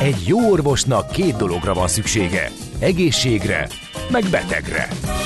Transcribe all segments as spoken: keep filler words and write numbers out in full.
Egy jó orvosnak két dologra van szüksége. Egészségre, meg betegre.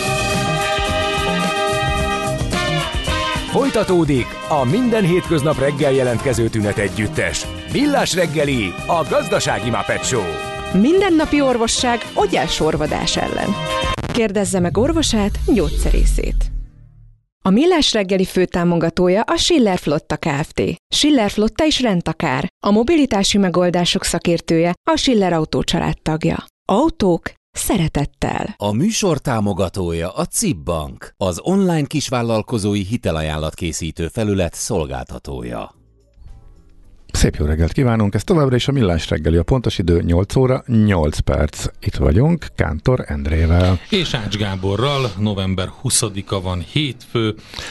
Folytatódik a minden hétköznap reggel jelentkező tünet együttes. Millás reggeli, a gazdasági Muppet Show. Mindennapi orvosság ogyásorvadás ellen. Kérdezze meg orvosát, gyógyszerészét. A Millás reggeli főtámogatója a Schiller Flotta Kft. Schiller Flotta is rendtakár. A mobilitási megoldások szakértője, a Schiller Autó család tagja. Autók szeretettel. A műsor támogatója a cib Bank, az online kisvállalkozói hitelajánlatkészítő felület szolgáltatója. Szép jó reggelt kívánunk, ez továbbra is a Millás reggeli, a pontos idő nyolc óra nyolc perc. Itt vagyunk Kántor Endrével. És Ács Gáborral, november huszadika van, hétfő.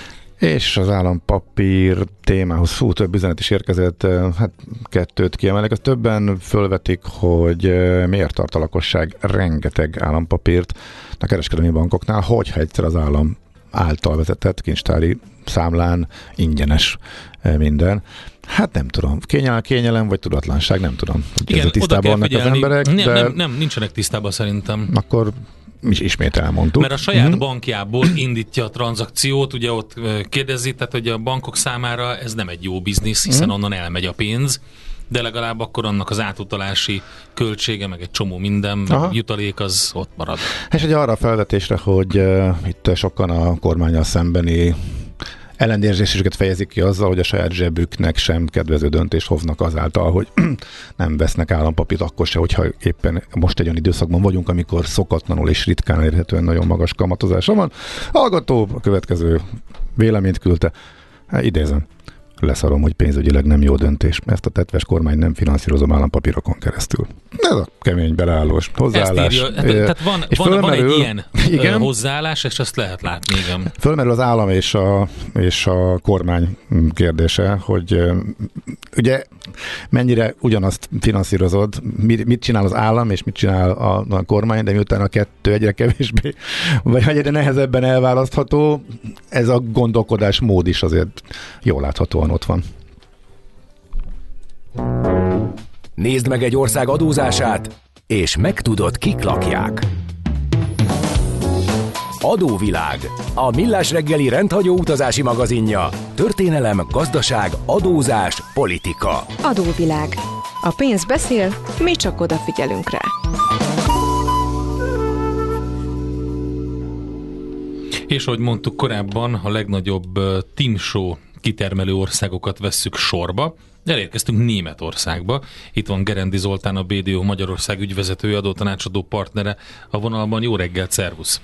És az állampapír témához fú, több üzenet is érkezett, hát kettőt kiemelek. Az többen fölvetik, hogy miért tart a lakosság rengeteg állampapírt a kereskedelmi bankoknál, hogyha egyszer az állam által vezetett kincstári számlán ingyenes minden. Hát nem tudom. Kényelem, kényelem vagy tudatlanság, nem tudom. Igen, tisztában vannak az emberek. Nem, de nem, nem, nincsenek tisztában szerintem. Akkor is ismét elmondtuk. Mert a saját mm-hmm. bankjából indítja a tranzakciót, ugye ott kérdezi, tehát hogy a bankok számára ez nem egy jó biznisz, hiszen mm-hmm. onnan elmegy a pénz, de legalább akkor annak az átutalási költsége, meg egy csomó minden, meg jutalék az ott marad. És ugye arra a felvetésre, hogy uh, itt sokan a kormánnyal szembeni ellenérzésüket fejezik ki azzal, hogy a saját zsebüknek sem kedvező döntést hoznak azáltal, hogy nem vesznek állampapírt akkor se, hogyha éppen most egy olyan időszakban vagyunk, amikor szokatlanul és ritkán érhetően nagyon magas kamatozása van. A hallgató a következő véleményt küldte. Hát, idézem. Leszarom, hogy pénzügyileg nem jó döntés. Ezt a tetves kormány nem finanszírozom állampapírokon keresztül. Ez a kemény beleállós hozzáállás. Ezt írja. Tehát van, van, van egy ilyen igen, hozzáállás, és azt lehet látni, igen. Fölmerül az állam és a, és a kormány kérdése, hogy ugye mennyire ugyanazt finanszírozod, mit, mit csinál az állam, és mit csinál a, a kormány, de miután a kettő egyre kevésbé, vagy egyre nehezebben elválasztható, ez a gondolkodás mód is azért jól láthatóan ott van. Nézd meg egy ország adózását, és megtudod, kik lakják. Adóvilág, a Millás reggeli rendhagyó utazási magazinja. Történelem, gazdaság, adózás, politika. Adóvilág. A pénz beszél, mi csak odafigyelünk rá. És ahogy mondtuk korábban, a legnagyobb Timshow kitermelő országokat vesszük sorba. Elérkeztünk Németországba. Itt van Gerendi Zoltán, a bé dé o Magyarország ügyvezetője, adótanácsadó partnere a vonalban. Jó reggelt, szervusz!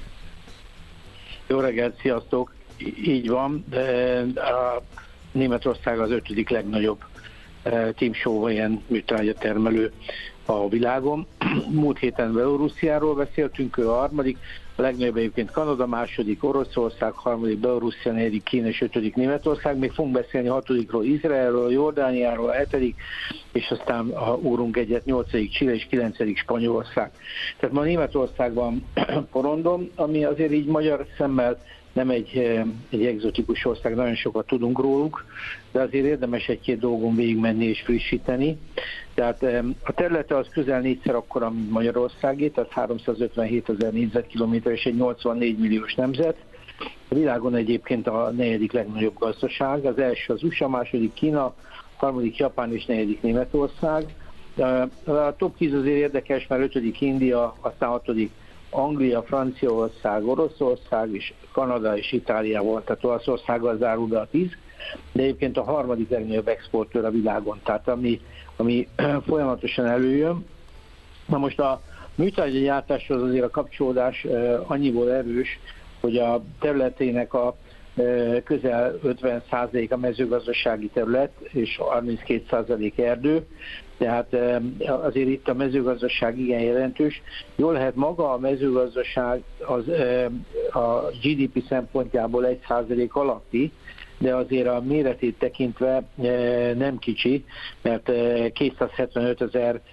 Jó reggelt, sziasztok! Így van, a Németország az ötödik legnagyobb Timshow, ilyen műtrágyatermelő a világon. Múlt héten Belorussziáról beszéltünk, ő a harmadik, a legnagyobb egyébként Kanada, második Oroszország, harmadik Belorusszia, negyedik Kína és ötödik Németország. Még fogunk beszélni a hatodikról, Izraelről, Jordániáról, a hetedik, és aztán a úrunk egyet, nyolcadik Chile és kilencedik Spanyolország. Tehát ma Németországban porondom, ami azért így magyar szemmel nem egy, egy egzotikus ország, nagyon sokat tudunk róluk, de azért érdemes egy-két dolgon végigmenni és frissíteni. Tehát a területe az közel négyszer akkora, mint Magyarországé, tehát háromszázötvenhétezer négyzetkilométer és egy nyolcvannégy milliós nemzet. A világon egyébként a negyedik legnagyobb gazdaság, az első az u es á, második Kína, harmadik Japán és negyedik Németország. A top tíz azért érdekes, mert ötödik India, aztán hatodik Anglia, Franciaország, Oroszország és Kanada és Itália volt, tehát Olaszországgal zárul be a tíz, de egyébként a harmadik legnagyobb exportőr a világon, tehát ami, ami folyamatosan előjön. Na most a műtrágyagyártáshoz azért a kapcsolódás annyiból erős, hogy a területének a közel ötven százalék a mezőgazdasági terület, és harminckét százalék erdő, tehát azért itt a mezőgazdaság igen jelentős. Jól lehet maga a mezőgazdaság az a gé dé pé szempontjából egy százalék alatti, de azért a méretét tekintve nem kicsi, mert kétszázhetvenöt ezer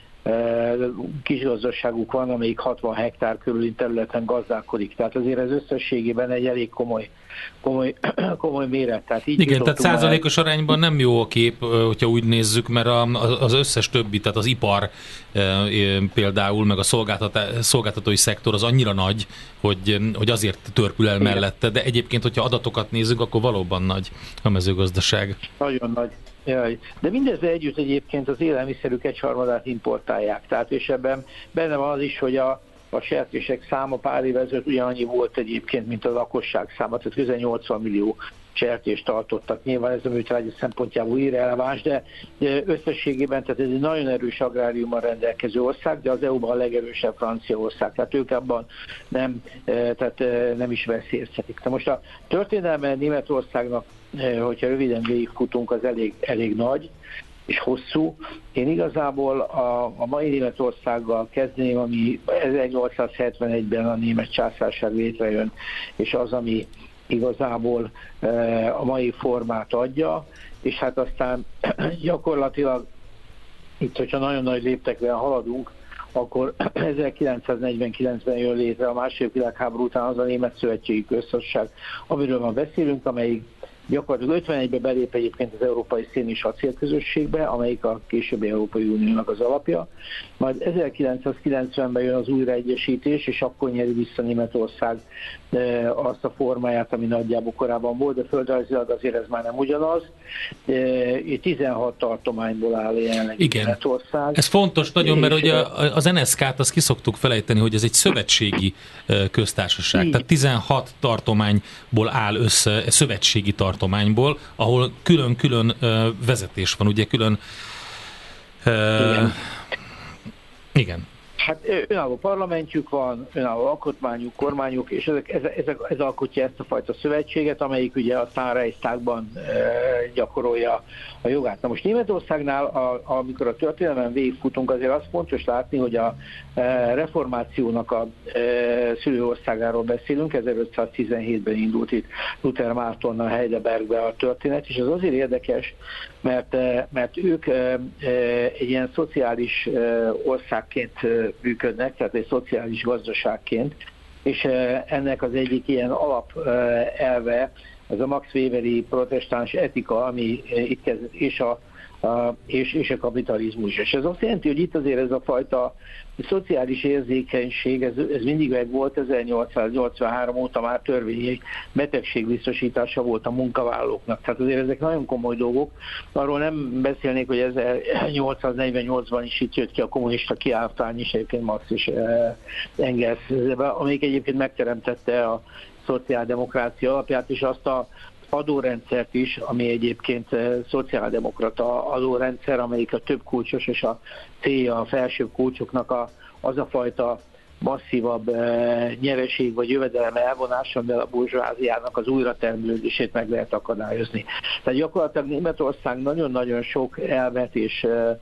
kisgazdaságuk van, amelyik hatvan hektár körüli területen gazdálkodik. Tehát azért ez összességében egy elég komoly komoly, komoly méret. Tehát így igen, tehát százalékos el. arányban nem jó a kép, hogyha úgy nézzük, mert az összes többi, tehát az ipar például, meg a szolgáltatói szektor az annyira nagy, hogy, hogy azért törpül el mellette, de egyébként, hogyha adatokat nézzük, akkor valóban nagy a mezőgazdaság. Nagyon nagy. Jaj. De mindezzel együtt egyébként az élelmiszerük egyharmadát importálják. Tehát és ebben benne van az is, hogy a, a sertések száma pár évvel ezelőtt ugyanannyi volt egyébként, mint a lakosság száma, tehát közel nyolcvan millió sertést tartottak. Nyilván ez a műtrágya szempontjából irreleváns, de összességében tehát ez egy nagyon erős agráriummal rendelkező ország, de az é u-ban a legerősebb Franciaország. Tehát ők abban nem, tehát nem is veszélyeztetik. Na most a történelme Németországnak, hogyha röviden végigfutunk, az elég, elég nagy és hosszú. Én igazából a, a mai Németországgal kezdeném, ami ezernyolcszázhetvenegyben a német császárság létrejön, és az, ami igazából a mai formát adja, és hát aztán gyakorlatilag itt, hogyha nagyon nagy léptekben haladunk, akkor ezerkilencszáznegyvenkilencben jön létre a második világháború után az a Német Szövetségi Köztársaság, amiről ma beszélünk, amelyik gyakorlatilag ötvenegyben belép egyébként az Európai Szén és Acélközösségbe, amelyik a későbbi Európai Uniónak az alapja. Majd ezerkilencszázkilencvenben jön az újraegyesítés, és akkor nyeri vissza Németország e, azt a formáját, ami nagyjából korábban volt, de földrajzilag azért ez már nem ugyanaz. E, tizenhat tartományból áll jelenleg Németország. Ez fontos nagyon, mert ugye az en es ká-t azt ki szoktuk felejteni, hogy ez egy szövetségi köztársaság. Így. Tehát tizenhat tartományból áll össze, szövetségi tartományból, ahol külön-külön vezetés van, ugye külön... Igen. Igen. Hát önálló parlamentjük van, önálló alkotmányuk, kormányuk, és ezek, ezek, ezek, ez alkotja ezt a fajta szövetséget, amelyik ugye a Reichstagban e, gyakorolja a jogát. Na most Németországnál, a, amikor a történelmen végigfutunk, azért az fontos látni, hogy a e, reformációnak a e, szülőországáról beszélünk, ezerötszáztizenhétben indult itt Luther Mártonnal Heidelbergbe a történet, és ez azért érdekes, mert, mert ők egy ilyen szociális országként működnek, tehát egy szociális gazdaságként, és ennek az egyik ilyen alapelve, ez a Max Weberi protestáns etika, ami itt kezdett, és a, a, és, és a kapitalizmus. És ez azt jelenti, hogy itt azért ez a fajta szociális érzékenység, ez, ez mindig meg volt, ezernyolcszáznyolcvanhárom óta már törvényi betegségbiztosítása volt a munkavállalóknak. Tehát azért ezek nagyon komoly dolgok. Arról nem beszélnék, hogy ezernyolcszáznegyvennyolcban is itt jött ki a kommunista kiáltány is, egyébként Marx és Engels, amelyik egyébként megteremtette a szociáldemokrácia alapját, és azt a adórendszert is, ami egyébként szociáldemokrata adórendszer, amelyik a több kulcsos és a célja a felsőbb kulcsoknak a, az a fajta masszívabb e, nyereség vagy jövedelem elvonása, amivel a burzsóáziának az újratermelődését meg lehet akadályozni. Tehát gyakorlatilag Németország nagyon-nagyon sok elvet és,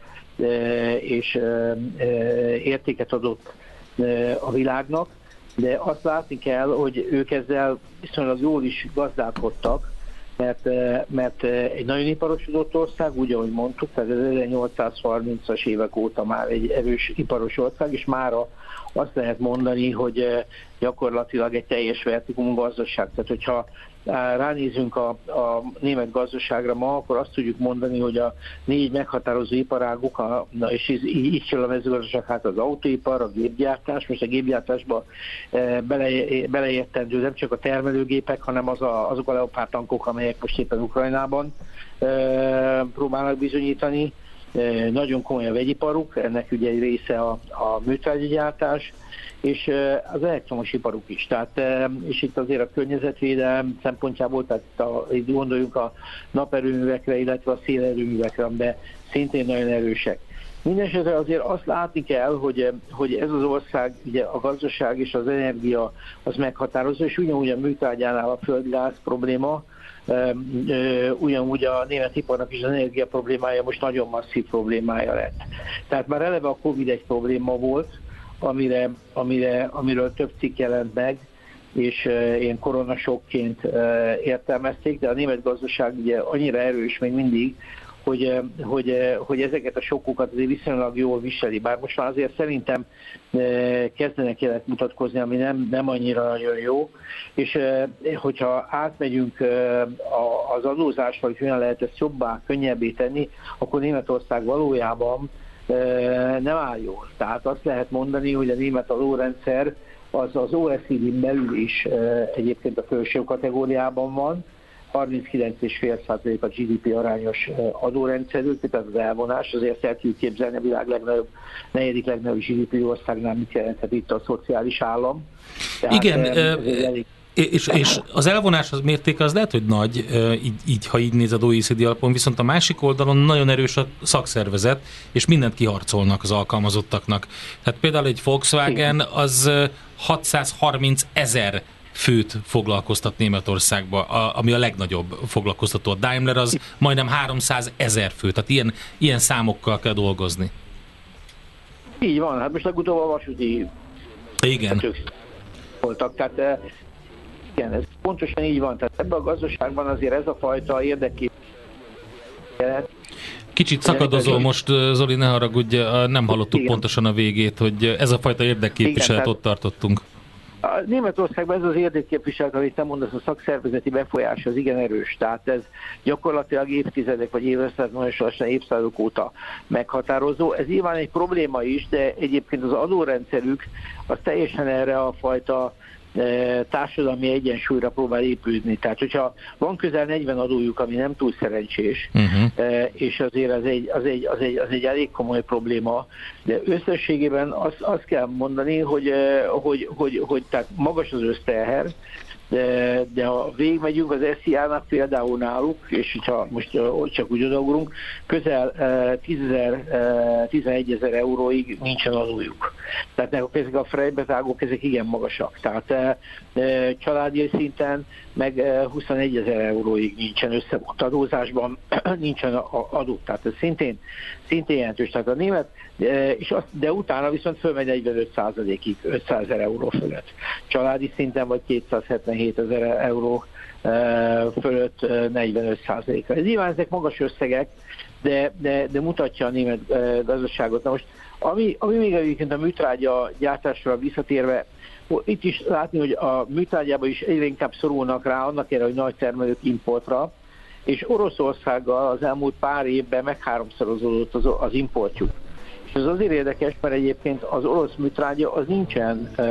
e, és e, értéket adott e, a világnak, de azt látni kell, hogy ők ezzel viszonylag jól is gazdálkodtak, mert, mert egy nagyon iparosodott ország, úgy ahogy mondtuk, tehát az ezernyolcszázharmincas évek óta már egy erős iparos ország, és mára azt lehet mondani, hogy gyakorlatilag egy teljes vertikum gazdaság. Tehát hogyha ránézünk a, a német gazdaságra ma, akkor azt tudjuk mondani, hogy a négy meghatározó iparáguk, a, na és így, így kell a mezőgazdaság, hát az autóipar, a gépgyártás, most a gépgyártásba e, bele, beleértendő nem csak a termelőgépek, hanem az a, azok a Leopard tankok, amelyek most éppen Ukrajnában e, próbálnak bizonyítani. E, nagyon komoly a vegyiparuk, ennek ugye egy része a, a műtrágyagyártás, és az elektromos iparuk is. Tehát, és itt azért a környezetvédelem szempontjából, tehát itt, a, itt gondoljunk a naperőművekre, illetve a szélerőművekre, de szintén nagyon erősek. Mindenesetre azért azt látni kell, hogy, hogy ez az ország, ugye a gazdaság és az energia az meghatározó, és ugyanúgy a műtrágyánál a földgáz probléma, ugyanúgy a német iparnak is az energia problémája most nagyon masszív problémája lett. Tehát már eleve a Covid egy probléma volt, Amire, amire, amiről több cikk jelent meg, és uh, ilyen koronasokként uh, értelmezték, de a német gazdaság ugye annyira erős még mindig, hogy, hogy, hogy ezeket a sokkokat azért viszonylag jól viseli. Bár most már azért szerintem kezdenek jelek mutatkozni, ami nem, nem annyira nagyon jó. És hogyha átmegyünk az adózásra, hogy hogyan lehet ezt jobbá, könnyebbé tenni, akkor Németország valójában nem áll jól. Tehát azt lehet mondani, hogy a német adórendszer az az o e cé dén belül is egyébként a felső kategóriában van, harminckilenc egész öt százalék a gé dé pé arányos adórendszerük, tehát az elvonás, azért el tudjuk képzelni a világ legnagyobb, negyedik legnagyobb gé dé pé országnál mit jelenthet itt a szociális állam. Tehát igen, elég... és, és az elvonás az mértéke az lehet, hogy nagy, így, így ha így nézed o e cé dé alapon, viszont a másik oldalon nagyon erős a szakszervezet, és mindent kiharcolnak az alkalmazottaknak. Tehát például egy Volkswagen az hatszázharminc ezer főt foglalkoztat Németországba, ami a legnagyobb foglalkoztató. A Daimler az majdnem háromszáz ezer fő, tehát ilyen, ilyen számokkal kell dolgozni. Így van, hát most legutóbb a vasúti igen. voltak, tehát igen, ez pontosan így van, tehát ebben a gazdaságban azért ez a fajta érdekép. Kicsit szakadozol most, Zoli, ne haragudj, nem hallottuk igen. pontosan a végét, hogy ez a fajta érdekképviselet igen, ott tartottunk. A Németországban ez az érdekképviselet, amit te mondasz, a szakszervezeti befolyás az igen erős. Tehát ez gyakorlatilag évtizedek vagy évszázadok, évszázadok óta meghatározó. Ez nyilván egy probléma is, de egyébként az adórendszerük az teljesen erre a fajta társadalmi egyensúlyra próbál épülni. Tehát, hogyha van közel negyven adójuk, ami nem túl szerencsés, uh-huh. és azért az egy, az, egy, az, egy, az egy elég komoly probléma, de összességében azt, azt kell mondani, hogy, hogy, hogy, hogy tehát magas az összterher, de, de ha végigmegyünk az es zé á-nak például náluk, és ha most csak úgy odaugrunk, közel tízezer-tizenegyezer euróig nincsen adójuk. Tehát ezek a frejbetágok, ezek igen magasak. Tehát családi szinten meg huszonegyezer euróig nincsen összevont adózásban, nincsen adó. Tehát ez szintén, szintén jelentős. Tehát a német, és azt, de utána viszont fölmegy negyvenöt százalékig, ötszázezer euró fölött. Családi szinten vagy kétszázhetvenhétezer euró fölött negyvenöt százaléka. Ez nyilván ezek magas összegek, de, de, de mutatja a német gazdaságot. Na most, ami, ami még egyébként a műtrágya gyártásra visszatérve, itt is látni, hogy a műtrágyában is egyre inkább szorulnak rá, annak erre, hogy nagy termelők importra, és Oroszországgal az elmúlt pár évben megháromszorozódott az, az importjuk. És ez azért érdekes, mert egyébként az orosz műtrágya az nincsen e,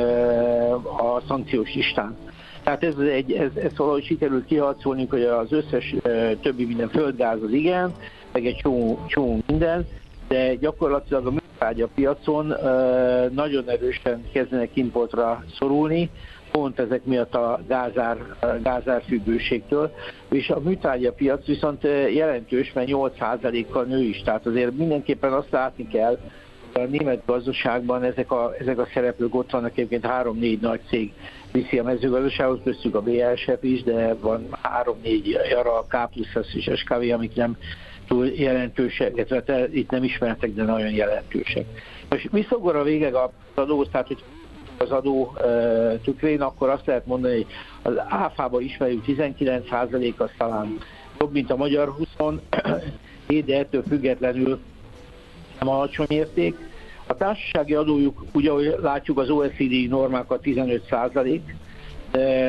a szankciós listán. Tehát ez, egy, ez, ez valahogy sikerült kiharcolni, hogy az összes e, többi minden földgáz az igen, meg egy csomó, csomó minden, de gyakorlatilag a műtrágya piacon e, nagyon erősen kezdenek importra szorulni, pont ezek miatt a gázár, gázár függőségtől, és a műtrágya piac viszont jelentős, mert nyolc százalékkal nő is, tehát azért mindenképpen azt látni kell, hogy a német gazdaságban ezek a, ezek a szereplők ott vannak, egyébként három-négy nagy cég viszi a mezőgazdasághoz, köztük a bé es ef is, de van három-négy Yara, K plusz és es ká vé, amik nem túl jelentősek, illetve itt nem ismertek, de nagyon jelentősek. Most visszagor a végleg az adó, tehát hogy az adó uh, tükrén, akkor azt lehet mondani, hogy az áfába ismerjük tizenkilenc százalék, az talán jobb, mint a magyar huszonhét, de ettől függetlenül nem alacsony érték. A társasági adójuk, ugye, ahogy látjuk, az o e cé dé normákat tizenöt százalék, de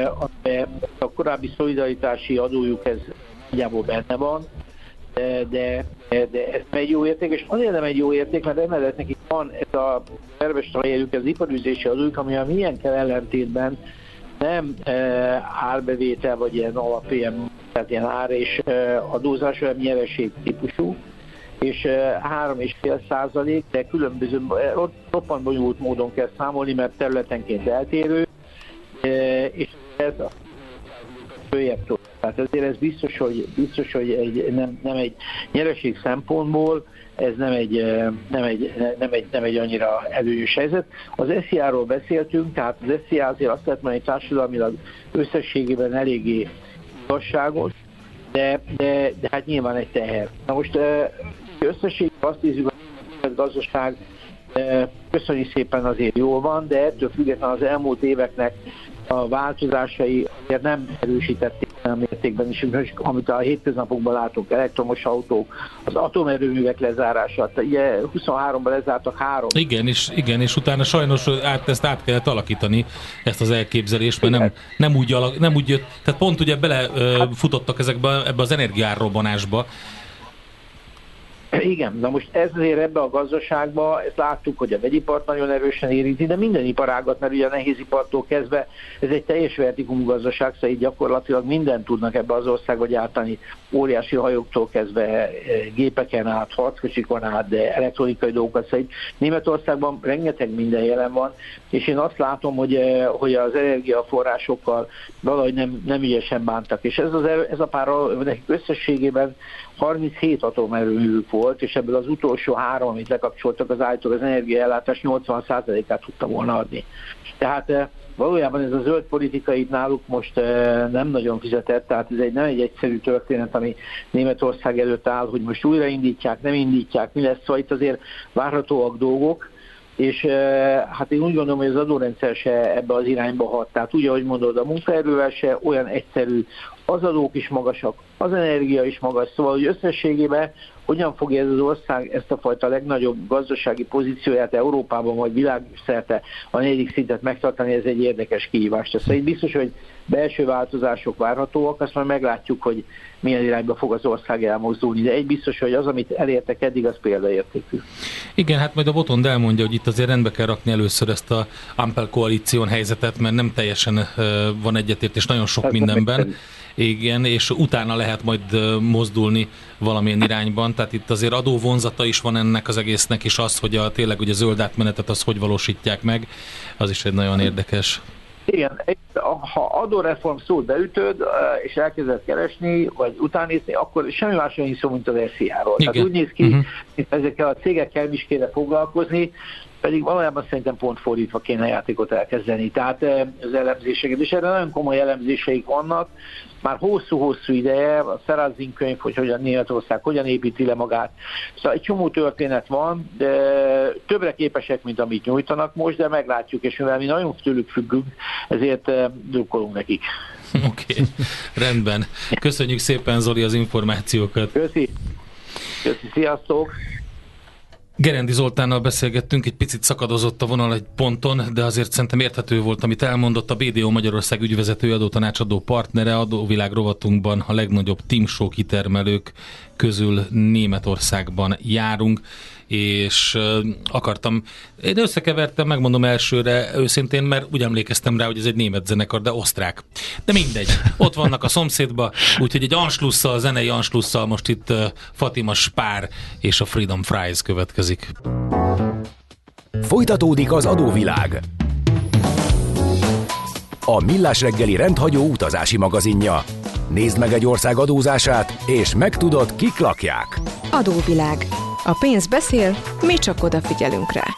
a korábbi szolidaritási adójuk ez nagyjából benne van, de, de, de ez egy jó érték, és azért nem egy jó érték, mert emellett nekik van ez a terves talajérjük, ez az iparűzési adójuk, ami a milyenkel ellentétben nem e, árbevétel, vagy ilyen alap, ilyen, tehát ilyen ár és e, adózás, olyan nyereség típusú, és e, három egész öt százalék, de különböző, roppant bonyolult módon kell számolni, mert területenként eltérő, e, és ez a följebb. Tehát ezért ez biztos, hogy, biztos, hogy egy, nem, nem egy nyereség szempontból, ez nem egy, nem egy, nem egy, nem egy annyira előnyös helyzet. Az es zé á-ról beszéltünk, tehát az es zé á azért azt lehet mondani, hogy társadalmilag összességében eléggé igazságos, de, de, de hát nyilván egy teher. Na most összességében azt nézzük, hogy a gazdaság köszönjük szépen azért jól van, de ettől függetlenül az elmúlt éveknek a változásai azért nem erősítették mértékben is, amit a hétköznapokban látunk, elektromos autók, az atomerőművek lezárása, ugye huszonháromban lezártak három. Igen, és, igen, és utána sajnos át, ezt át kellett alakítani, ezt az elképzelést, mert nem, nem, úgy alak, nem úgy jött, tehát pont ugye belefutottak ezekbe ebbe az energiárrobbanásba. Igen, na most ez azért ebbe a gazdaságba, ezt láttuk, hogy a vegyipart nagyon erősen érinti, de minden iparágat, mert ugye a nehézipartól kezdve ez egy teljes vertikumú gazdaság, szóval így gyakorlatilag mindent tudnak ebbe az országba gyártani, óriási hajóktól kezdve gépeken át, harckocsikon át, de elektronikai dolgokat, szóval Németországban rengeteg minden jelen van, és én azt látom, hogy, hogy az energiaforrásokkal valahogy nem, nem ügyesen bántak, és ez, az, ez a pár nekik összességében harminchét atomerőművük volt, és ebből az utolsó három, amit lekapcsoltak, az állítólag az energiaellátás nyolcvan százalékát tudta volna adni. Tehát valójában ez a zöld politika itt náluk most nem nagyon fizetett, tehát ez egy, nem egy egyszerű történet, ami Németország előtt áll, hogy most újraindítják, nem indítják, mi lesz, szóval itt azért várhatóak dolgok, és hát én úgy gondolom, hogy az adórendszer se ebbe az irányba hat. Tehát úgy, ahogy mondod, a munkaerővel se olyan egyszerű, az adók is magasak, az energia is magas, szóval hogy összességében hogyan fogja ez az ország ezt a fajta legnagyobb gazdasági pozícióját Európában vagy világszerte a negyedik szintet megtartani, ez egy érdekes kihívás. Szóval itt biztos, hogy belső változások várhatóak, azt majd meglátjuk, hogy milyen irányba fog az ország elmozdulni, de egy biztos, hogy az, amit elértek eddig, az példaértékű. Igen, hát majd a Botond elmondja, hogy itt azért rendbe kell rakni először ezt a Ampel koalíción helyzetet, mert nem teljesen uh, van egyetértés nagyon sok hát, mindenben. Igen, és utána lehet majd mozdulni valamilyen irányban, tehát itt azért adóvonzata is van ennek az egésznek, és az, hogy a, tényleg ugye a zöld átmenetet az hogy valósítják meg, az is egy nagyon érdekes. Igen, ha adóreform szót beütöd, és elkezded keresni, vagy utánnézni, akkor semmi más nincs szó, mint az es zé á-ról. Tehát úgy néz ki, uh-huh. mint ezekkel a cégekkel is kéne foglalkozni, pedig valójában szerintem pont fordítva kéne játékot elkezdeni. Tehát az elemzéseket, és erre nagyon komoly elemzéseik vannak, már hosszú-hosszú ideje, a Szerazin könyv, hogy hogyan Németország hogyan építi le magát. Szóval egy csomó történet van, de többre képesek, mint amit nyújtanak most, de meglátjuk, és mivel mi nagyon tőlük függünk, ezért drukkolunk nekik. Oké, okay. Rendben. Köszönjük szépen, Zoli, az információkat. Köszi. Köszi, sziasztok. Gerendi Zoltánnal beszélgettünk, egy picit szakadozott a vonal egy ponton, de azért szerintem érthető volt, amit elmondott. A bé dé o Magyarország ügyvezető adótanácsadó partnere, adóvilág rovatunkban a legnagyobb Timshow kitermelők közül Németországban járunk, és uh, akartam, én összekevertem, megmondom elsőre őszintén, mert úgy emlékeztem rá, hogy ez egy német zenekar, de osztrák. De mindegy, ott vannak a szomszédba, úgyhogy egy Anschlusszal, zenei Anschlusszal most itt uh, Fatima Spár és a Freedom Fries következik. Folytatódik az adóvilág. A Millás reggeli rendhagyó utazási magazinja. Nézd meg egy ország adózását, és megtudod, kik lakják. Adóvilág. A pénz beszél, mi csak odafigyelünk rá.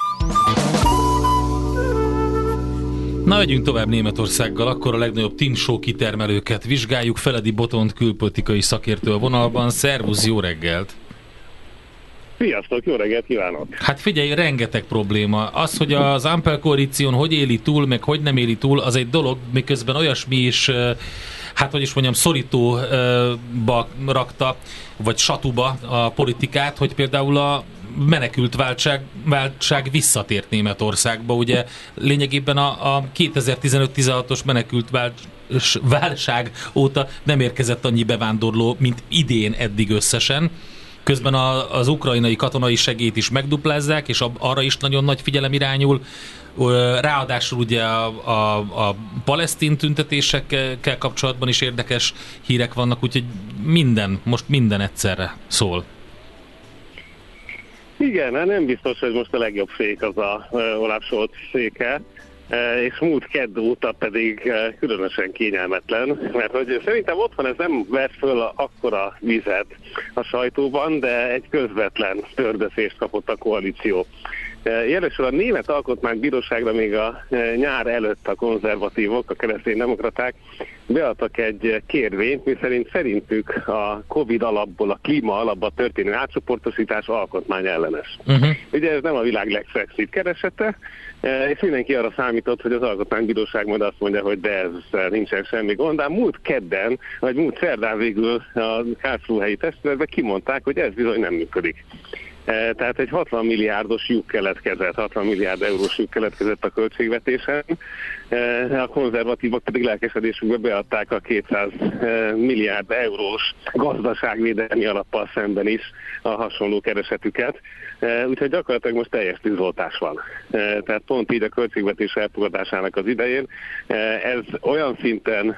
Na, megyünk tovább Németországgal, akkor a legnagyobb Timshow kitermelőket vizsgáljuk. Feledi Botond külpolitikai szakértő a vonalban. Szervusz, jó reggelt! Sziasztok, jó reggelt kívánok! Hát figyelj, rengeteg probléma. Az, hogy az Ampel koalíción hogy éli túl, meg hogy nem éli túl, az egy dolog, miközben olyasmi is, hát hogy is mondjam, szorítóba rakta, vagy satuba a politikát, hogy például a menekült váltság, váltság visszatért Németországba. Ugye lényegében a, a kétezer-tizenöt tizenhatos menekült válság óta nem érkezett annyi bevándorló, mint idén eddig összesen. Közben a, az ukrajnai katonai segélyt is megduplázzák, és a, arra is nagyon nagy figyelem irányul. Ráadásul ugye a, a, a palesztin tüntetésekkel kapcsolatban is érdekes hírek vannak, úgyhogy minden, most minden egyszerre szól. Igen, nem biztos, hogy most a legjobb fék az a Olaf Scholz széke, és múlt kedd óta pedig különösen kényelmetlen, mert hogy szerintem otthon ez nem vett föl akkora vizet a sajtóban, de egy közvetlen tördeszést kapott a koalíció. Jelesül a Német Alkotmánybíróságra még a nyár előtt a konzervatívok, a kereszténydemokraták beadtak egy kérvényt, miszerint szerintük a Covid alapból, a klíma alapba történő átcsoportosítás alkotmány ellenes. Uh-huh. Ugye ez nem a világ legszexibb keresete, és mindenki arra számított, hogy az Alkotmánybíróság majd azt mondja, hogy de ez nincsen semmi gond, de múlt kedden, vagy múlt szerdán végül a Karlsruhe-i testületben kimondták, hogy ez bizony nem működik. Tehát egy hatvan milliárdos lyuk keletkezett, hatvan milliárd eurós lyuk keletkezett a költségvetésen. A konzervatívok pedig lelkesedésükbe beadták a kétszáz milliárd eurós gazdaságvédelmi alappal szemben is a hasonló keresetüket. Úgyhogy gyakorlatilag most teljes tűzoltás van. Tehát pont így a költségvetés elfogadásának az idején. Ez olyan szinten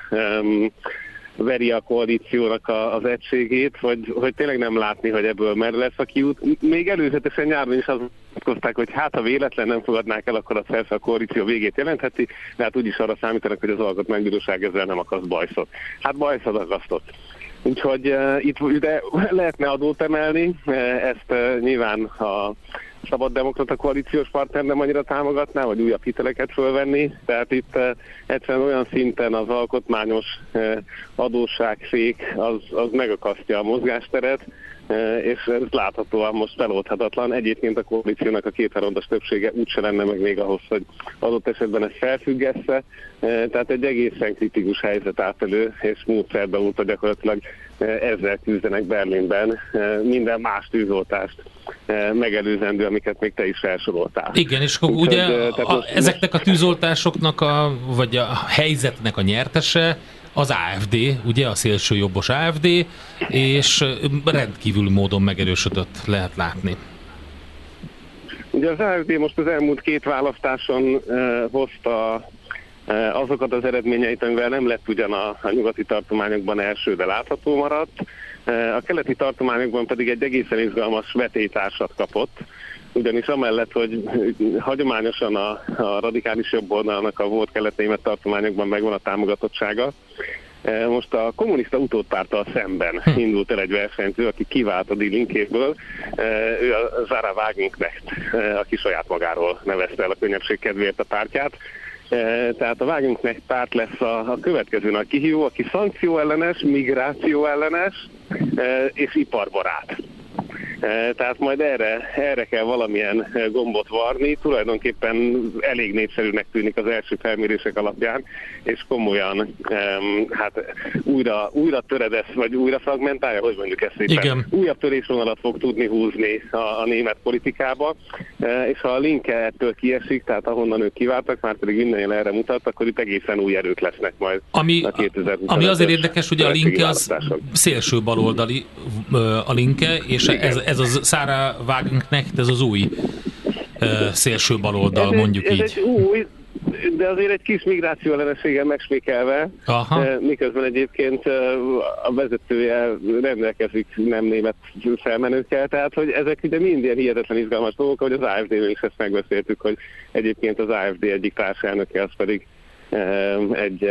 veri a koalíciónak a, az egységét, vagy hogy tényleg nem látni, hogy ebből merre lesz a kiút. Még előzetesen nyáron is azt mondták, hogy hát ha véletlen nem fogadnák el, akkor az persze a koalíció végét jelentheti, de hát úgyis arra számítanak, hogy az Alkotmánybíróság ezzel nem akaszt bajszot. Hát bajszot akasztott. Úgyhogy uh, itt de lehetne adót emelni, uh, ezt uh, nyilván a szabad demokrata koalíciós partner nem annyira támogatná, vagy újabb hiteleket fölvenni. Tehát itt uh, egyszerűen olyan szinten az alkotmányos uh, adósságfék az, az megakasztja a mozgásteret, uh, és ez láthatóan most feloldhatatlan. Egyébként a koalíciónak a kétharmados többsége úgyse lenne meg még ahhoz, hogy adott esetben ezt felfüggesse. Uh, tehát egy egészen kritikus helyzet állt elő, és múlt szerdán óta gyakorlatilag uh, ezzel küzdenek Berlinben uh, minden más tűzoltást megelőzendő, amiket még te is felsoroltál. Igen, és akkor ugye a, a, ezeknek a tűzoltásoknak, a, vagy a helyzetnek a nyertese az á ef dé, ugye a szélsőjobbos á ef dé, és rendkívül módon megerősödött, lehet látni. Ugye az á ef dé most az elmúlt két választáson uh, hozta uh, azokat az eredményeit, amivel nem lett ugyan a, a nyugati tartományokban első, de látható maradt. A keleti tartományokban pedig egy egészen izgalmas vetélytársat kapott, ugyanis amellett, hogy hagyományosan a, a radikális jobboldalnak a volt kelet-német tartományokban megvan a támogatottsága, most a kommunista utódpárttal szemben indult el egy versenyző, aki kivált a Die Linkéből, ő a Sarah Wagenknecht, aki saját magáról nevezte el a könnyebbség kedvéért a pártját. Tehát a Wagenknecht párt lesz a, a következő nagy kihívó, aki szankcióellenes, migrációellenes és iparbarát. Tehát majd erre, erre kell valamilyen gombot varni, tulajdonképpen elég népszerűnek tűnik az első felmérések alapján, és komolyan hát újra, újra töredesz, vagy újra fragmentálja, hogy mondjuk ezt szépen. Igen. Újabb törésvonalat fog tudni húzni a, a német politikába, és ha a Linke ettől kiesik, tehát ahonnan ők kiváltak, már pedig minden erre mutat, akkor itt egészen új erők lesznek majd ami, a kétezer-huszonöt. Ami azért érdekes, ugye a Linke az szélső baloldali a Linke, és ez ez az Sarah Wagenknecht, ez az új uh, szélső baloldal, mondjuk ez így. Ez egy új, de azért egy kis migráció ellenességgel megsmékelve, Aha. miközben egyébként a vezetője rendelkezik nem német felmenőkkel, tehát hogy ezek ugye mind ilyen hihetetlen izgalmas dolgok, hogy az á ef dé-nél is ezt megbeszéltük, hogy egyébként az á ef dé egyik társelnöke az pedig egy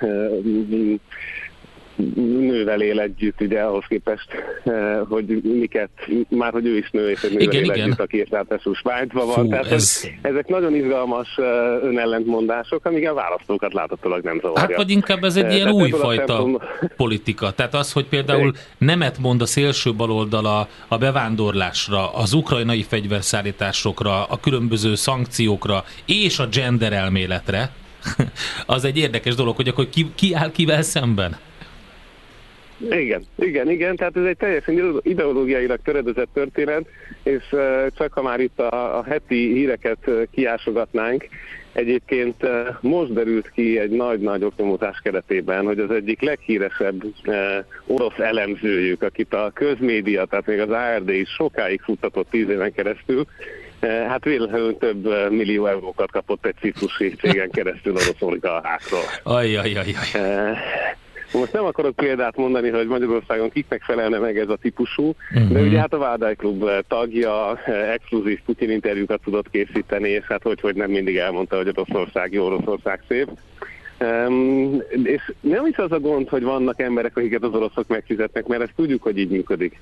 nővel él együtt, ugye ahhoz képest, hogy miket, már hogy ő is nő, és egy nővel igen, él igen. együtt, aki ráadásul Svájcban van. Fú, Tehát ez... ezek nagyon izgalmas önellentmondások, amíg a választókat láthatólag nem zavarja. Hát vagy inkább ez egy ilyen Tehát újfajta szempontból... politika. Tehát az, hogy például nemet mond a szélső baloldal a, a bevándorlásra, az ukrajnai fegyverszállításokra, a különböző szankciókra és a gender elméletre, az egy érdekes dolog, hogy akkor ki, ki áll kivel szemben? Igen, igen, igen, tehát ez egy teljesen ideológiailag töredezett történet, és csak ha már itt a, a heti híreket kiásogatnánk, egyébként most derült ki egy nagy-nagy oknyomozás keretében, hogy az egyik leghíresebb orosz elemzőjük, akit a közmédia, tehát még az á er dé is sokáig futtatott tíz éven keresztül, hát véletlenül több millió eurókat kapott egy ciprusi cégen keresztül orosz oligarcháktól. Ajjajajaj. Most nem akarok példát mondani, hogy Magyarországon kiknek felelne meg ez a típusú, uh-huh. de ugye hát a Vádai Klub tagja, exkluzív Putyin interjúkat tudott készíteni, és hát hogy, hogy nem mindig elmondta, hogy Oroszország jó, Oroszország szép. Um, és nem is az a gond, hogy vannak emberek, akiket az oroszok megfizetnek, mert ezt tudjuk, hogy így működik.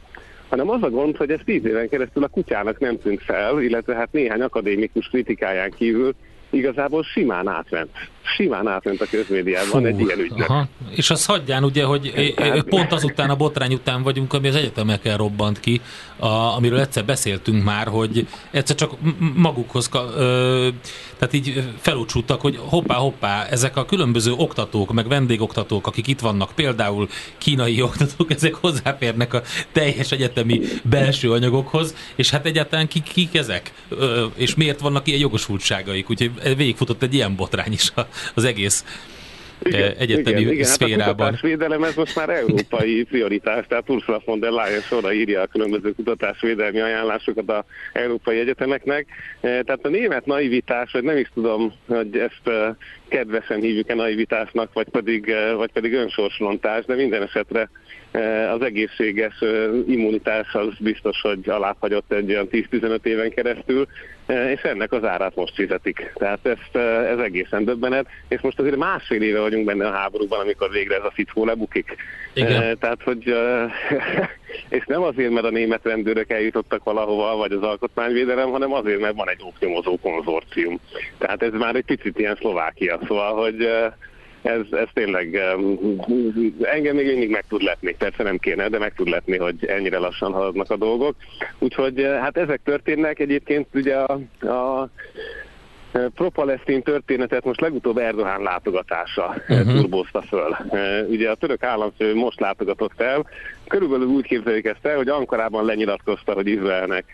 hanem az a gond, hogy ez tíz éven keresztül a kutyának nem tűnt fel, illetve hát néhány akadémikus kritikáján kívül igazából simán átment. Simán átment a közmédiában egy ilyen ügynek. Aha. És azt hagyján ugye, hogy pont azután a botrány után vagyunk, ami az egyetemeken robbant ki, a, amiről egyszer beszéltünk már, hogy egyszer csak magukhoz, ö, tehát így felúcsúttak, hogy hoppá, hoppá, ezek a különböző oktatók, meg vendégoktatók, akik itt vannak, például kínai oktatók, ezek hozzáférnek a teljes egyetemi belső anyagokhoz, és hát egyáltalán kik, kik ezek? Ö, és miért vannak ilyen jogosultságaik? Úgyhogy végigfutott egy ilyen botrány is az egész igen, egyetemi igen, igen. szférában. Hát a kutatásvédelem ez most már európai prioritás, tehát Ursula von der Leyen sorra írja a különböző kutatásvédelmi ajánlásokat az európai egyetemeknek. Tehát a német naivitás, vagy nem is tudom, hogy ezt kedvesen hívjuk-e naivitásnak, vagy pedig, vagy pedig önsorsrontás, de minden esetre az egészséges immunitás az biztos, hogy alábbhagyott egy olyan tíz-tizenöt éven keresztül, és ennek az árát most fizetik. Tehát ezt, ez egészen döbbenet, és most azért másfél éve vagyunk benne a háborúban, amikor végre ez a fickó lebukik. Igen. Tehát, hogy és nem azért, mert a német rendőrök eljutottak valahova, vagy az alkotmányvédelem, hanem azért, mert van egy oknyomozó konzorcium. Tehát ez már egy picit ilyen Szlovákia, szóval, hogy Ez, ez tényleg engem még mindig meg tud lepni, persze nem kéne, de meg tud lepni, hogy ennyire lassan haladnak a dolgok. Úgyhogy hát ezek történnek, egyébként ugye a, a pro-palesztin történetet most legutóbb Erdoğan látogatása uh-huh. turbózta föl. Ugye a török államfő most látogatott el, körülbelül úgy képzeljük ezt el, hogy Ankarában lenyilatkozta, hogy Izraelnek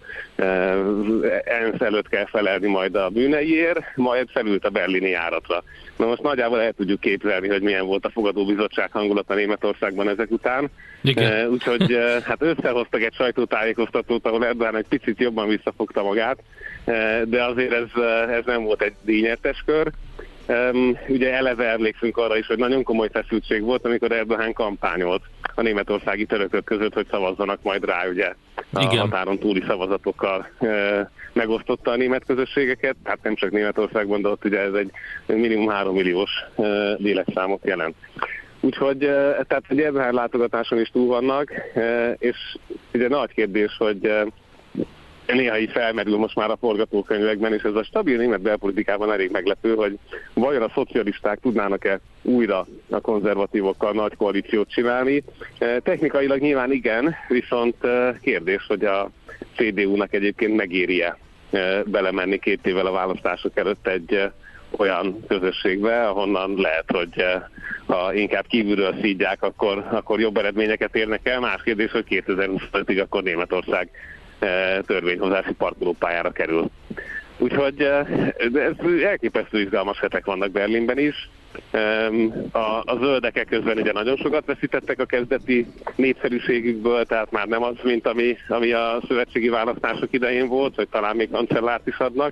ENSZ előtt kell felelni majd a bűneiért, majd felült a berlini járatra. Na most nagyjából el tudjuk képzelni, hogy milyen volt a fogadóbizottság hangulata Németországban ezek után. Igen. Úgyhogy hát összehoztak egy sajtótájékoztatót, ahol Erdoğan egy picit jobban visszafogta magát, de azért ez, ez nem volt egy díjnyertes kör. Um, ugye eleve emlékszünk arra is, hogy nagyon komoly feszültség volt, amikor Erdoğan kampányolt a németországi törökök között, hogy szavazzanak majd rá, ugye a igen. határon túli szavazatokkal uh, megosztotta a német közösségeket, hát nem csak Németországban, de ott ugye ez egy minimum három milliós uh, lélekszámot jelent. Úgyhogy uh, tehát egy Erdoğan látogatáson is túl vannak, uh, és ugye nagy kérdés, hogy uh, néha így felmerül most már a forgatókönyvekben, és ez a stabil német belpolitikában elég meglepő, hogy vajon a szocialisták tudnának-e újra a konzervatívokkal nagy koalíciót csinálni. Technikailag nyilván igen, viszont kérdés, hogy a cé dé u-nak egyébként megéri-e belemenni két évvel a választások előtt egy olyan közösségbe, ahonnan lehet, hogy ha inkább kívülről szídják, akkor, akkor jobb eredményeket érnek el. Más kérdés, hogy kétezer-huszonötig akkor Németország törvényhozási parkolópályára kerül. Úgyhogy ez elképesztő izgalmas hetek vannak Berlinben is. A, a zöldekek közben ugye nagyon sokat veszítettek a kezdeti népszerűségükből, tehát már nem az, mint ami, ami a szövetségi választások idején volt, hogy talán még kancellárt is adnak.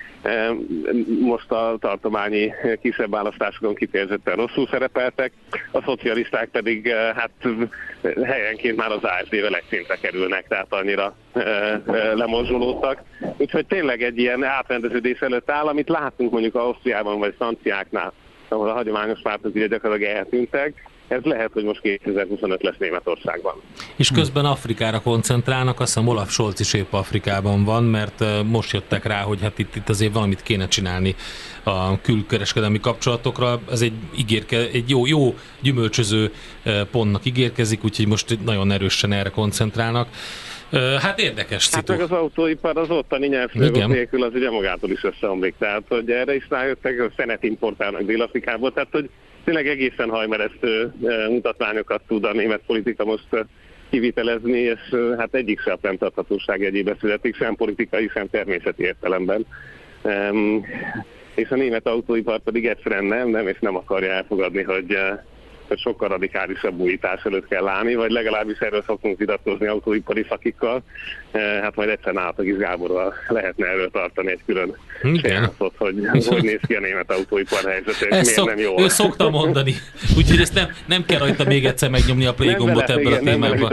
Most a tartományi kisebb választásokon kifejezetten rosszul szerepeltek, a szocialisták pedig hát helyenként már az á es dé-vel egy szintre kerülnek, tehát annyira lemorzsolódtak. Úgyhogy tényleg egy ilyen átrendeződés előtt áll, amit látunk mondjuk Ausztriában vagy Franciáknál, ahol a hagyományos pártok ugye gyakorlatilag eltűntek. Ez lehet, hogy most kétezer-huszonöt lesz Németországban. És közben Afrikára koncentrálnak, azt hiszem Olaf Scholz is épp Afrikában van, mert most jöttek rá, hogy hát itt, itt azért valamit kéne csinálni a külkereskedelmi kapcsolatokra. Ez egy, ígérke, egy jó, jó gyümölcsöző pontnak ígérkezik, úgyhogy most nagyon erősen erre koncentrálnak. Hát érdekes szitu. Hát meg az autóipar az ottani nyelvszövök nélkül az ugye magától is összeomlik. Tehát, hogy erre is rájöttek, a szenet importálnak Dél-Afrikából, tehát, hogy tényleg egészen hajmeresztő mutatványokat tud a német politika most kivitelezni, és hát egyik sem fenntarthatóság egyébe születik, sem politikai, sem természeti értelemben. Um, és a német autóipar pedig egyszerűen nem, nem, és nem akarja elfogadni, hogy, hogy sokkal radikálisabb újítás előtt kell állni, vagy legalábbis erről szoktunk vitatkozni autóipari szakikkal. Hát majd egyszer Nátagis Gáborral lehetne erről tartani egy külön sématot, hogy hogy néz ki a német autóipar helyzet, miért szok, nem jól. Ő szokta mondani, úgyhogy ezt nem, nem kell rajta még egyszer megnyomni a play gombot ebből a témában.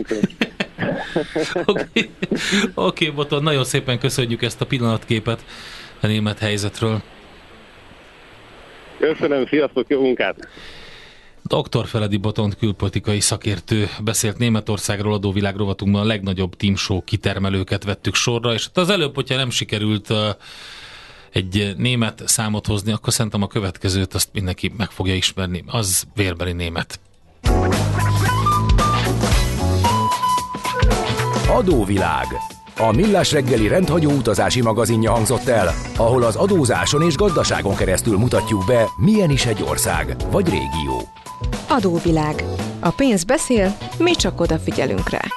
Oké, okay, Boton, nagyon szépen köszönjük ezt a pillanatképet a német helyzetről. Köszönöm, sziasztok, jó munkát! doktor Feledi Botont külpolitikai szakértő beszélt Németországról, adóvilág rovatunkban a legnagyobb teamshow kitermelőket vettük sorra, és az előbb, hogyha nem sikerült uh, egy német számot hozni, akkor szerintem a következőt azt mindenki meg fogja ismerni. Az vérbeli német. Adóvilág. A Millás reggeli rendhagyó utazási magazinja hangzott el, ahol az adózáson és gazdaságon keresztül mutatjuk be, milyen is egy ország vagy régió. Adóvilág. A pénz beszél, mi csak odafigyelünk rá.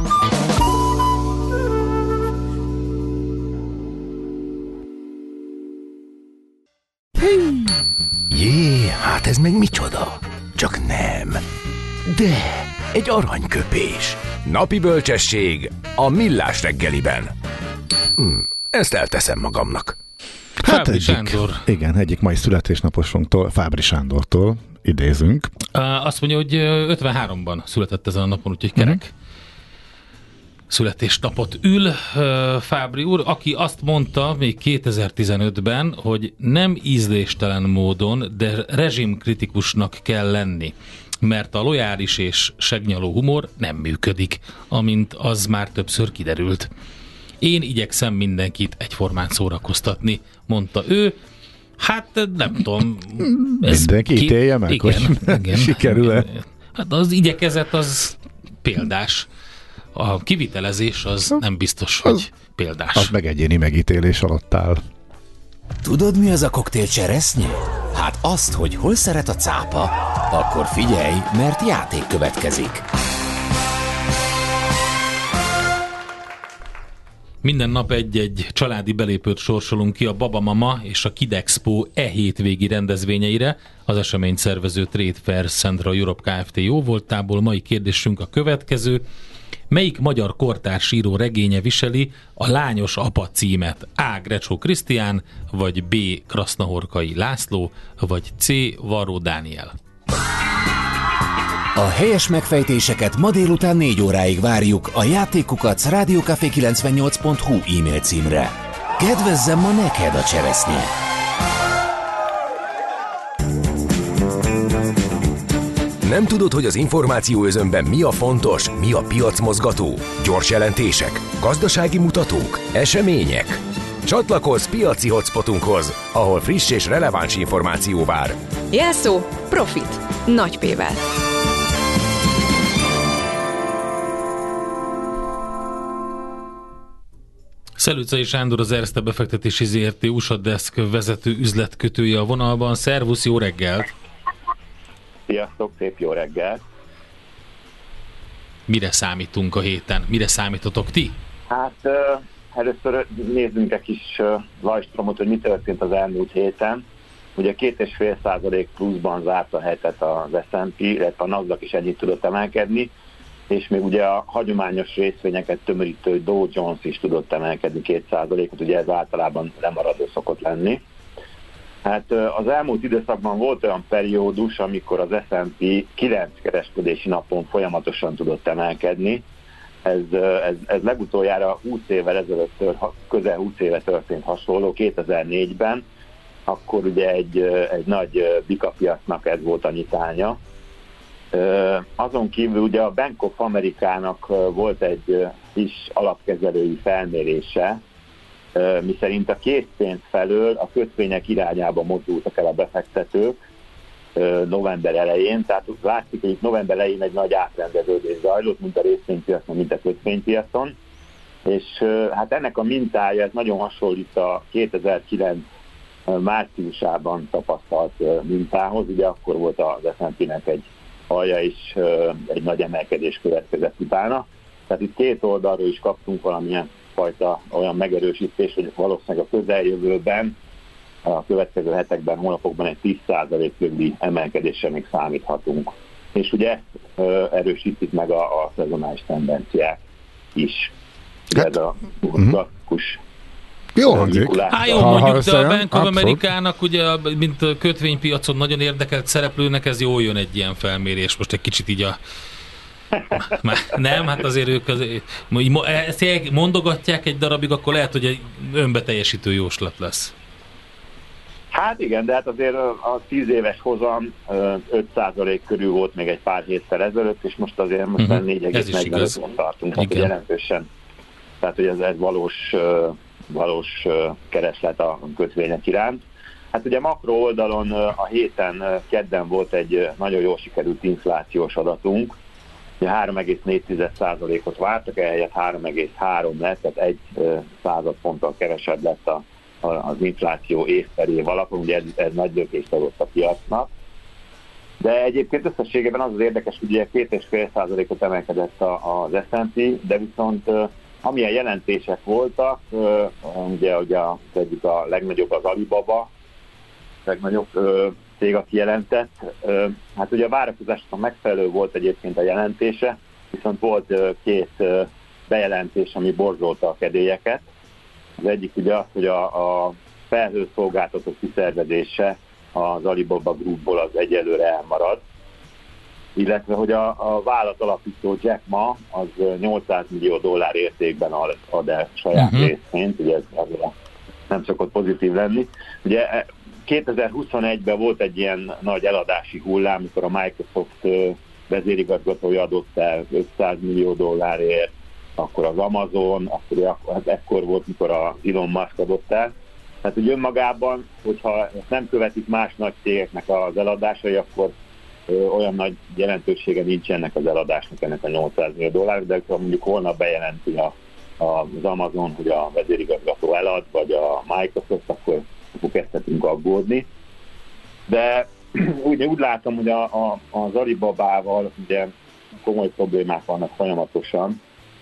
Jé, hát ez meg micsoda? Csak nem. De, egy aranyköpés. Napi bölcsesség a Millás reggeliben. Hm, ezt elteszem magamnak. Hát Fábri egyik, Sándor. igen, egyik mai születésnaposunktól, Fábri Sándortól idézünk. Uh, azt mondja, hogy ötvenháromban született ezen a napon, úgyhogy kerek. Uh-huh. Születésnapot ül uh, Fábri úr, aki azt mondta még kétezer-tizenötben, hogy nem ízléstelen módon, de rezsimkritikusnak kell lenni, mert a lojális és segnyaló humor nem működik, amint az már többször kiderült. Én igyekszem mindenkit egyformán szórakoztatni, mondta ő. Hát nem tudom. Mindenki ki... ítélje meg, igen, hogy igen. sikerül-e? Hát az igyekezet az példás. A kivitelezés az nem biztos, hogy az, példás. Az meg egyéni megítélés alatt áll. Tudod, mi az a koktél cseresznye? Hát azt, hogy hol szeret a cápa, akkor figyelj, mert játék következik. Minden nap egy-egy családi belépőt sorsolunk ki a Babamama és a Kidexpo e hétvégi rendezvényeire. Az eseményt szervező Trade Fair Central Europe Kft. Jó voltából mai kérdésünk a következő. Melyik magyar kortárs író regénye viseli a Lányos apa címet? A. Grecsó Krisztián, vagy B. Krasznahorkai László, vagy C. Varró Dániel? A helyes megfejtéseket ma délután négy óráig várjuk a játékukat rádiókafé kilencvennyolc pont hu e-mail címre. Kedvezzem ma neked a cseresznye! Nem tudod, hogy az információ özönben mi a fontos, mi a piacmozgató? Gyors jelentések, gazdasági mutatók, események? Csatlakozz piaci hotspotunkhoz, ahol friss és releváns információ vár. Jelszó Profit. Nagy P-vel. Szelőcei Sándor, az Erste befektetési zé er té u es á Desk vezető üzletkötője a vonalban. Szervusz, jó reggelt! Sziasztok, szép jó reggelt! Mire számítunk a héten? Mire számítotok ti? Hát uh, először nézzünk egy kis uh, lajstromot, hogy mi történt az elmúlt héten. Ugye két és fél százalék pluszban zárt a hetet az es and pé, illetve a NASDAQ is ennyit tudott emelkedni, és még ugye a hagyományos részvényeket tömörítő Dow Jones is tudott emelkedni két százalékot, ugye ez általában lemaradó szokott lenni. Hát az elmúlt időszakban volt olyan periódus, amikor az es and pé kilenc kereskedési napon folyamatosan tudott emelkedni. Ez, ez, ez legutoljára húsz évvel ezelőtt, közel húsz éve történt hasonló, kétezer-négyben, akkor ugye egy, egy nagy bikapiacnak ez volt a nyitánya. Azon kívül ugye a Bank of America-nak volt egy kis alapkezelői felmérése, miszerint a készpénz felől a kötvények irányába mozdultak el a befektetők november elején, tehát látszik, hogy itt november elején egy nagy átrendeződés zajlott, mint a részvénypiacon, mint a kötvénypiacon, és hát ennek a mintája, ez nagyon hasonlít a kétezer-kilenc márciusában tapasztalt mintához, ugye akkor volt az es and pé-nek egy alja, és egy nagy emelkedés következett utána. Tehát itt két oldalról is kaptunk valamilyen fajta olyan megerősítés, hogy valószínűleg a közeljövőben, a következő hetekben, hónapokban egy tíz százalék körüli emelkedésre még számíthatunk. És ugye ezt erősítik meg a, a szezonális tendenciák is. Hát, ez a klasszikus jó hangzik. Há, jó, mondjuk, de a Bank of America-nak, ugye, mint a kötvénypiacon nagyon érdekelt szereplőnek, ez jól jön egy ilyen felmérés. Most egy kicsit így a... Nem, hát azért ők azért, ezt mondogatják egy darabig, akkor lehet, hogy egy önbeteljesítő jóslat lesz. Hát igen, de hát azért a tíz éves hozam öt százalék körül volt még egy pár héttel ezelőtt, és most azért most uh-huh. négy egész negyvenöt tartunk, tehát jelentősen. Tehát, hogy ez, ez valós, valós kereslet a kötvények iránt. Hát ugye makro oldalon a héten kedden volt egy nagyon jól sikerült inflációs adatunk, három egész négy százalékot vártak, ehelyett három egész három lett, tehát egy század ponttal kevesebb lett a, a, az infláció év per év alapon, ugye ez, ez nagy lökést adott a piacnak. De egyébként összességében az az érdekes, hogy ugye két egész öt százalékot emelkedett az es and pé, de viszont amilyen jelentések voltak, ugye, ugye az egyik a legnagyobb az Alibaba, legnagyobb cég, aki jelentett. Hát ugye a várakozásnak megfelelő volt egyébként a jelentése, viszont volt két bejelentés, ami borzolta a kedélyeket. Az egyik ugye az, hogy a, a felhőszolgáltató kiszervezése az Alibaba Groupból az egyelőre elmarad, illetve hogy a, a vállalat alapító Jack Ma az nyolcszáz millió dollár értékben ad, ad el saját uh-huh. részvényt, ugye ez nem szokott pozitív lenni. Ugye kétezer-huszonegyben volt egy ilyen nagy eladási hullám, amikor a Microsoft vezérigazgatója adott el ötszáz millió dollárért, akkor az Amazon, akkor ekkor volt, mikor az Elon Musk adott el. Tehát, hogy önmagában, hogyha nem követik más nagy cégeknek az eladásai, akkor ö, olyan nagy jelentősége nincs ennek az eladásnak, ennek a nyolcszáz millió dollár, de akkor mondjuk holnap bejelenti a, a, az Amazon, hogy a vezérigazgató elad, vagy a Microsoft, akkor, akkor kezdhetünk aggódni. De úgy, úgy látom, hogy a, a, az Alibabával ugye komoly problémák vannak folyamatosan.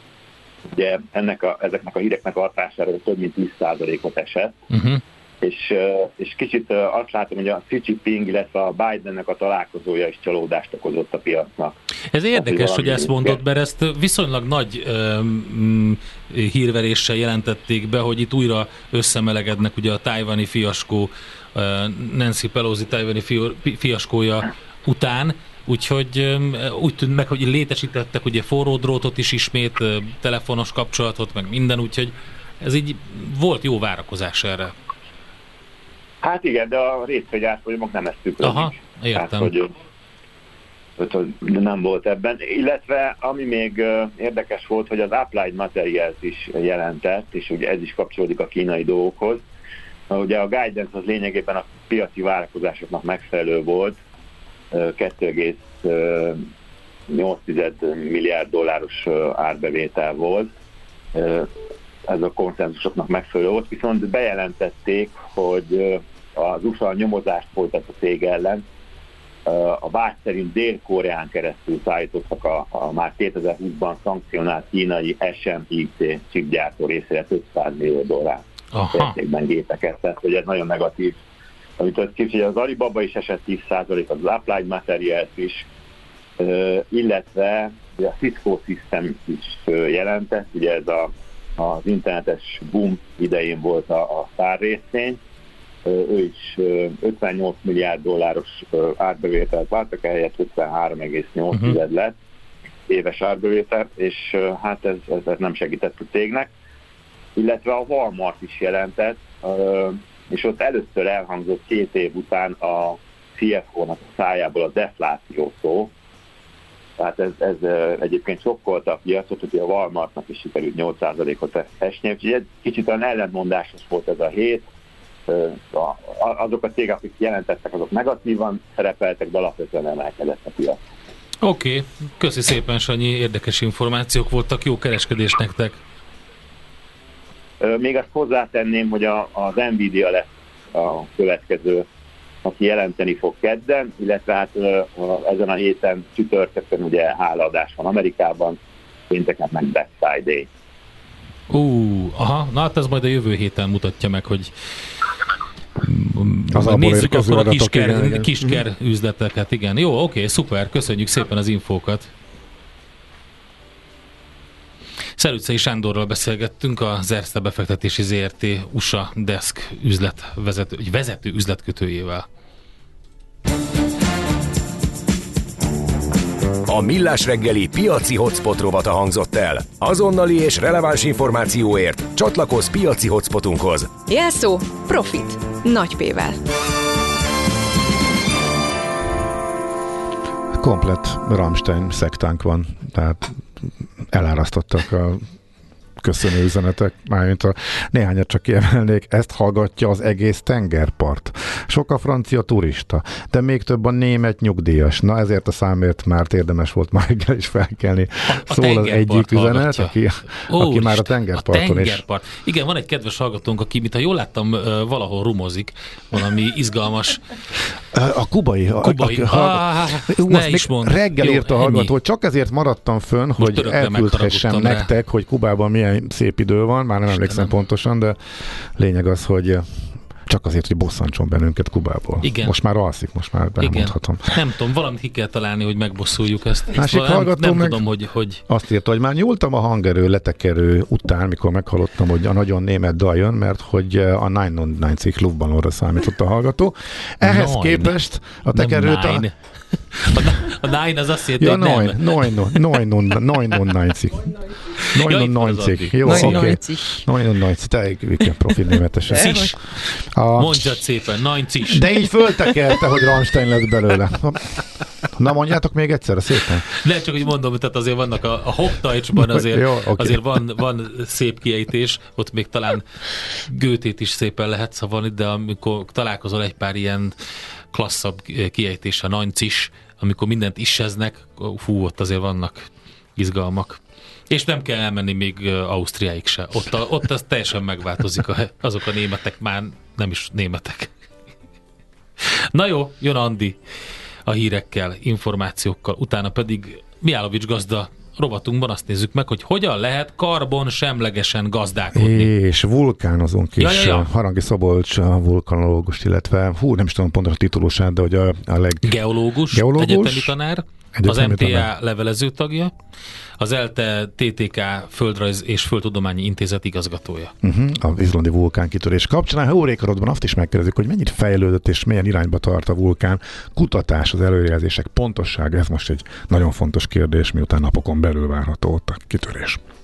Ugye ennek a, ezeknek a híreknek a hatására több mint tíz százalékot esett, uh-huh. és, és kicsit azt látom, hogy a Xi Jinping, illetve a Bidennek a találkozója is csalódást okozott a piacnak. Ez érdekes, hát, hogy, hogy ezt mondod, mert ezt viszonylag nagy um, hírveréssel jelentették be, hogy itt újra összemelegednek ugye a tájvani fiaskó, uh, Nancy Pelosi tájvani fiaskója után. Úgyhogy úgy tűnt meg, hogy létesítettek ugye forró drótot is ismét, telefonos kapcsolatot, meg minden, úgyhogy ez így volt jó várakozás erre. Hát igen, de a részvegyárfolyamok nem ezt tükrözik. Aha, értem. Hát, hogy, hogy nem volt ebben. Illetve ami még érdekes volt, hogy az Applied Materials is jelentett, és ugye ez is kapcsolódik a kínai dolgokhoz. Ugye a guidance az lényegében a piaci várakozásoknak megfelelő volt, kettő egész nyolc milliárd dolláros árbevétel volt, ez a konszenzusoknak megfelelő volt, viszont bejelentették, hogy az u es á nyomozást folytat a cég ellen. A vád szerint Dél-Koreán keresztül szállítottak a, a már kétezer-húszban szankcionált kínai es em pé cé chipgyártó részére ötszáz millió dollár értékben gépeket, tehát hogy ez nagyon negatív. Amit az képzelje, az Alibaba is esett tíz százalék, az Applied Materials is, illetve a Cisco Systems is jelentett, ugye ez a, az internetes boom idején volt a, a sztárrészvény, ő is ötvennyolc milliárd dolláros árbevételt vártak, ehelyett ötvenhárom egész nyolc uh-huh. lett éves árbevétel, és hát ez, ez, ez nem segített a cégnek. Illetve a Walmart is jelentett, és ott először elhangzott két év után a cé ef ó-nak a szájából a defláció szó. Tehát ez, ez egyébként sokkolta a piacot, hogy a Walmartnak is sikerült nyolc százalékot esni. Úgyhogy egy kicsit olyan ellentmondásos volt ez a hét. Azok a cégek, akik jelentettek, azok negatívan szerepeltek, de alapvetően emelkedett a piac. Oké, okay. Köszi szépen, Sanyi, érdekes információk voltak, jó kereskedés nektek! Még azt hozzátenném, hogy a, az Nvidia lesz a következő, aki jelenteni fog kedden, illetve hát ezen a héten csütörtökön ugye hálaadás van Amerikában, pénteken meg Black Friday. Ú, uh, aha, na hát ez majd a jövő héten mutatja meg, hogy az nézzük akkor a kisker, igen, kisker igen. üzleteket, igen. Jó, oké, szuper, köszönjük szépen az infókat. Szerüccei Sándorral beszélgettünk, az Erste befektetési zé er té u es á Desk üzletvezető, vezető üzletkötőjével. A Millás reggeli piaci hotspot rovata hangzott el. Azonnali és releváns információért csatlakozz piaci hotspotunkhoz. Jelszó Profit. Nagy P-vel. Komplett Rammstein szektánk van, tehát elárasztottak a köszönő üzenetek, mármint a néhányat csak kiemelnék, ezt hallgatja az egész tengerpart. Sok a francia turista, de még több a német nyugdíjas. Na ezért a számért már érdemes volt már reggel is felkelni. A, a Szól az egyik üzenet, aki, Ó, aki már a tengerparton a is. tengerpart. Igen, van egy kedves hallgatónk, aki, mintha jól láttam, valahol rumozik, valami izgalmas. A kubai. A, kubai. A, a, a, ah, ne is mondd. Reggel Jó, írt a hallgató, hogy csak ezért maradtam fönn, most hogy elküldhessem nektek, rá. hogy Kubában milyen szép idő van, már nem Istenem. emlékszem pontosan, de lényeg az, hogy csak azért, hogy bosszantson bennünket Kubából. Igen. Most már alszik, most már elmondhatom. Nem tudom, valamit ki kell találni, hogy megbosszuljuk ezt. Másik hallgató nem, nem meg tudom, hogy, hogy... azt írta, hogy már nyúltam a hangerő, letekerő után, mikor meghallottam, hogy a nagyon német dal jön, mert hogy a nine on nine cikk klubbalonra számított a hallgató. Ehhez nine. képest a tekerőt... A... A nine az azt jelenti, ja, hogy nine, nem. nine on nine cikk. nine on nine cikk. Jó, oké. nine on nine cikk. Te igen, profi németesen. Cis. Mondjad szépen, nine cis. De így föltekelte, hogy Rammstein lett belőle. Na mondjátok még egyszer, szépen. Nem csak, hogy mondom, tehát azért vannak a, a Hochdeutschban azért, Jó, okay. azért van, van szép kiejtés, ott még talán Goethe-t is szépen lehet szavalni, de amikor találkozol egy pár ilyen klasszabb kiejtés, a nancis, amikor mindent isseznek, fú, ott azért vannak izgalmak. És nem kell elmenni még Ausztriáig se. Ott, a, ott az teljesen megváltozik, a, azok a németek már nem is németek. Na jó, jön Andi a hírekkel, információkkal, utána pedig Mihálovics gazda rovatunkban azt nézzük meg, hogy hogyan lehet karbon semlegesen gazdálkodni. És vulkánozunk is. Ja, ja, ja. Harangi Szabolcs, a vulkanológus, illetve hú, nem is tudom pontos a titulusát, de hogy a, a leg... Geológus, Geológus, egyetemi tanár, egyetemi az em té á tanár. Levelező tagja, az ELTE té té ká Földrajz és Földtudományi Intézet igazgatója. Uh-huh. Az izlandi vulkánkitörés kapcsán a Heurékarodban azt is megkérdezik, hogy mennyit fejlődött és milyen irányba tart a vulkán kutatás, az előrejelzések pontossága. Ez most egy nagyon fontos kérdés, miután napokon belül várható ott a kitörés.